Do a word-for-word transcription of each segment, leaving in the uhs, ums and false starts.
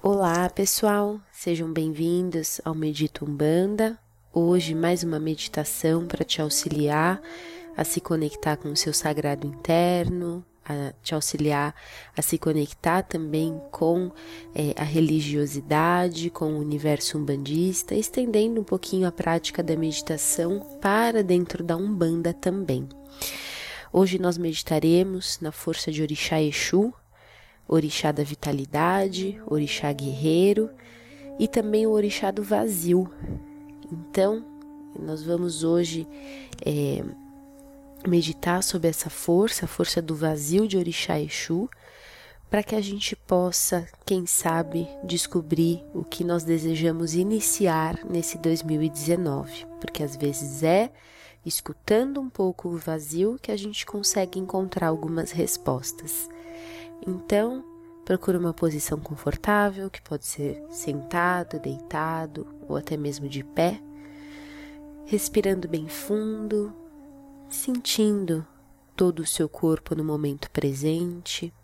Olá pessoal, sejam bem-vindos ao Medita Umbanda. Hoje mais uma meditação para te auxiliar a se conectar com o seu sagrado interno, a te auxiliar a se conectar também com é, a religiosidade, com o universo umbandista, estendendo um pouquinho a prática da meditação para dentro da Umbanda também. Hoje nós meditaremos na força de Orixá Exu, Orixá da vitalidade, Orixá guerreiro e também o Orixá do vazio. Então, nós vamos hoje é, meditar sobre essa força, a força do vazio de Orixá Exu, para que a gente possa, quem sabe, descobrir o que nós desejamos iniciar nesse dois mil e dezenove, porque às vezes é escutando um pouco o vazio que a gente consegue encontrar algumas respostas. Então, procure uma posição confortável, que pode ser sentado, deitado ou até mesmo de pé, respirando bem fundo, sentindo todo o seu corpo no momento presente,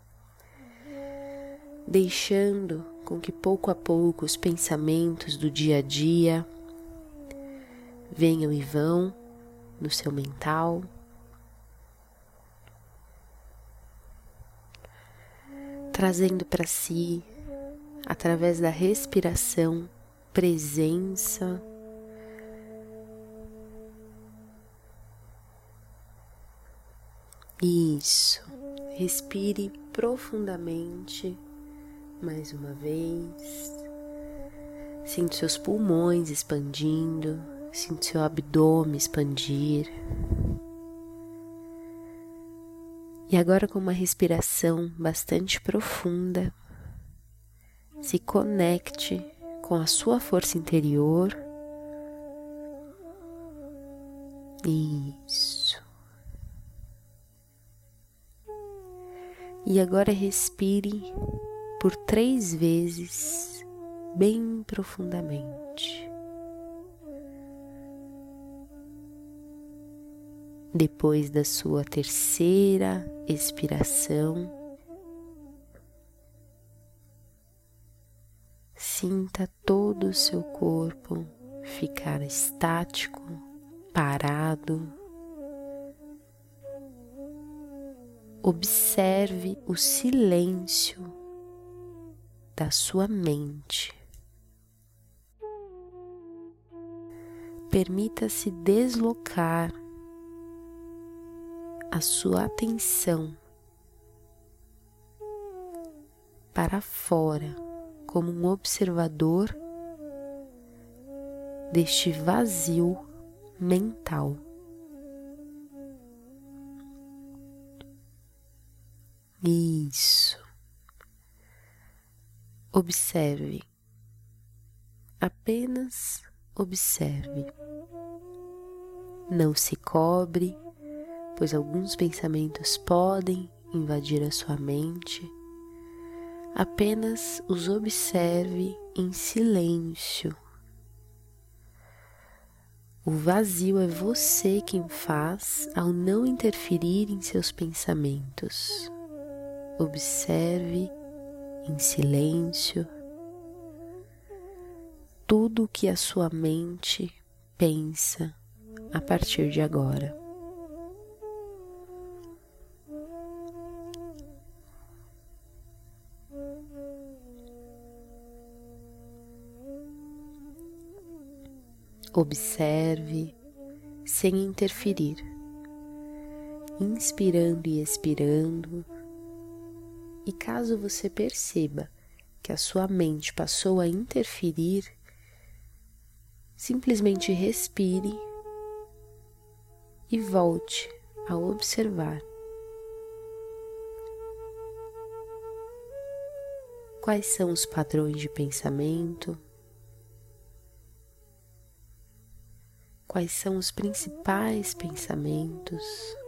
deixando com que pouco a pouco os pensamentos do dia a dia venham e vão no seu mental. Trazendo para si, através da respiração, presença. Isso. Respire profundamente, mais uma vez. Sinta seus pulmões expandindo, sinta seu abdômen expandir. E agora, com uma respiração bastante profunda, se conecte com a sua força interior. Isso. E agora respire por três vezes, bem profundamente. Depois da sua terceira expiração, sinta todo o seu corpo ficar estático, parado. Observe o silêncio da sua mente. Permita-se deslocar a sua atenção para fora, como um observador deste vazio mental. Isso. Observe. Apenas observe. Não se cobre, pois alguns pensamentos podem invadir a sua mente. Apenas os observe em silêncio. O vazio é você quem faz ao não interferir em seus pensamentos. Observe em silêncio tudo o que a sua mente pensa a partir de agora. Observe sem interferir, inspirando e expirando. E caso você perceba que a sua mente passou a interferir, simplesmente respire e volte a observar. Quais são os padrões de pensamento? Quais são os principais pensamentos?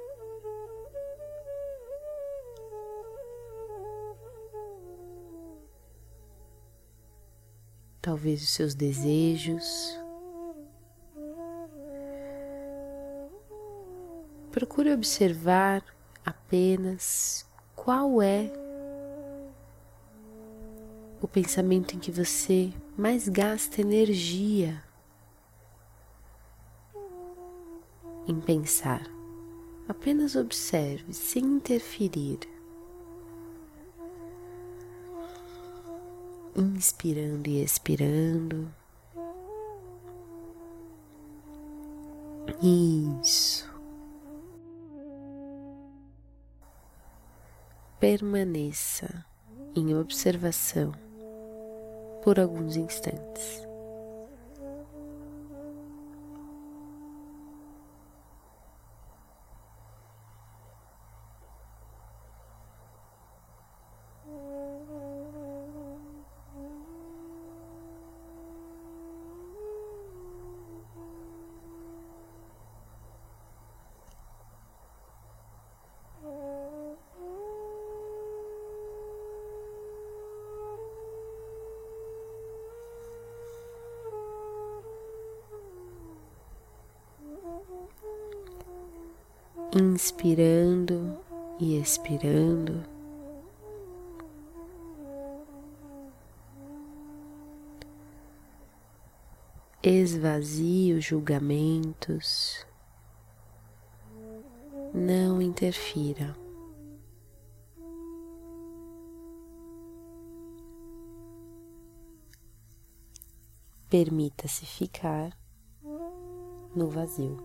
Talvez os seus desejos. Procure observar apenas qual é o pensamento em que você mais gasta energia em pensar. Apenas observe, sem interferir. Inspirando e expirando. Isso. Permaneça em observação por alguns instantes. Inspirando e expirando. Esvazie os julgamentos. Não interfira. Permita-se ficar no vazio.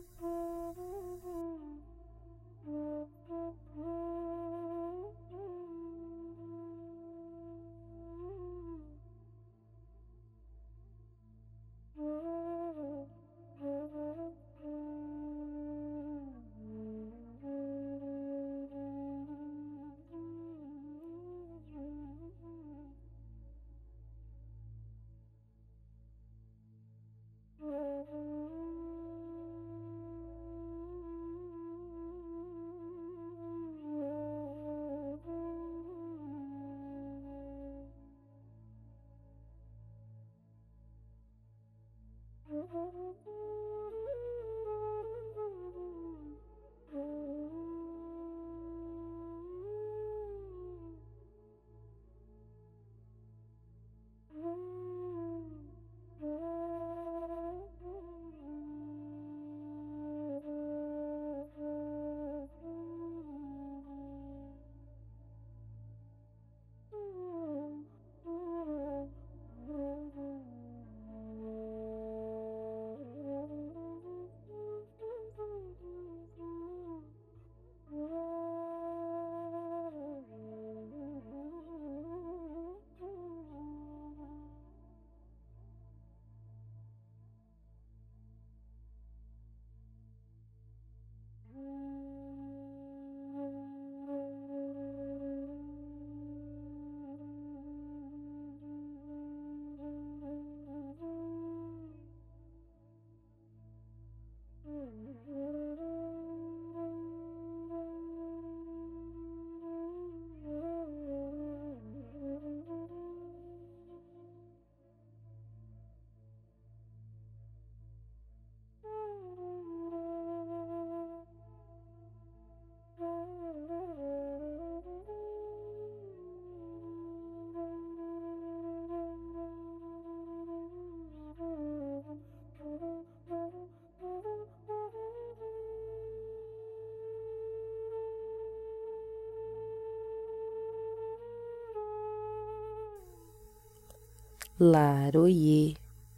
Laroye,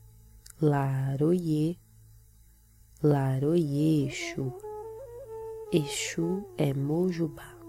Laroye, Laroye, Exu. Exu é Mojubá.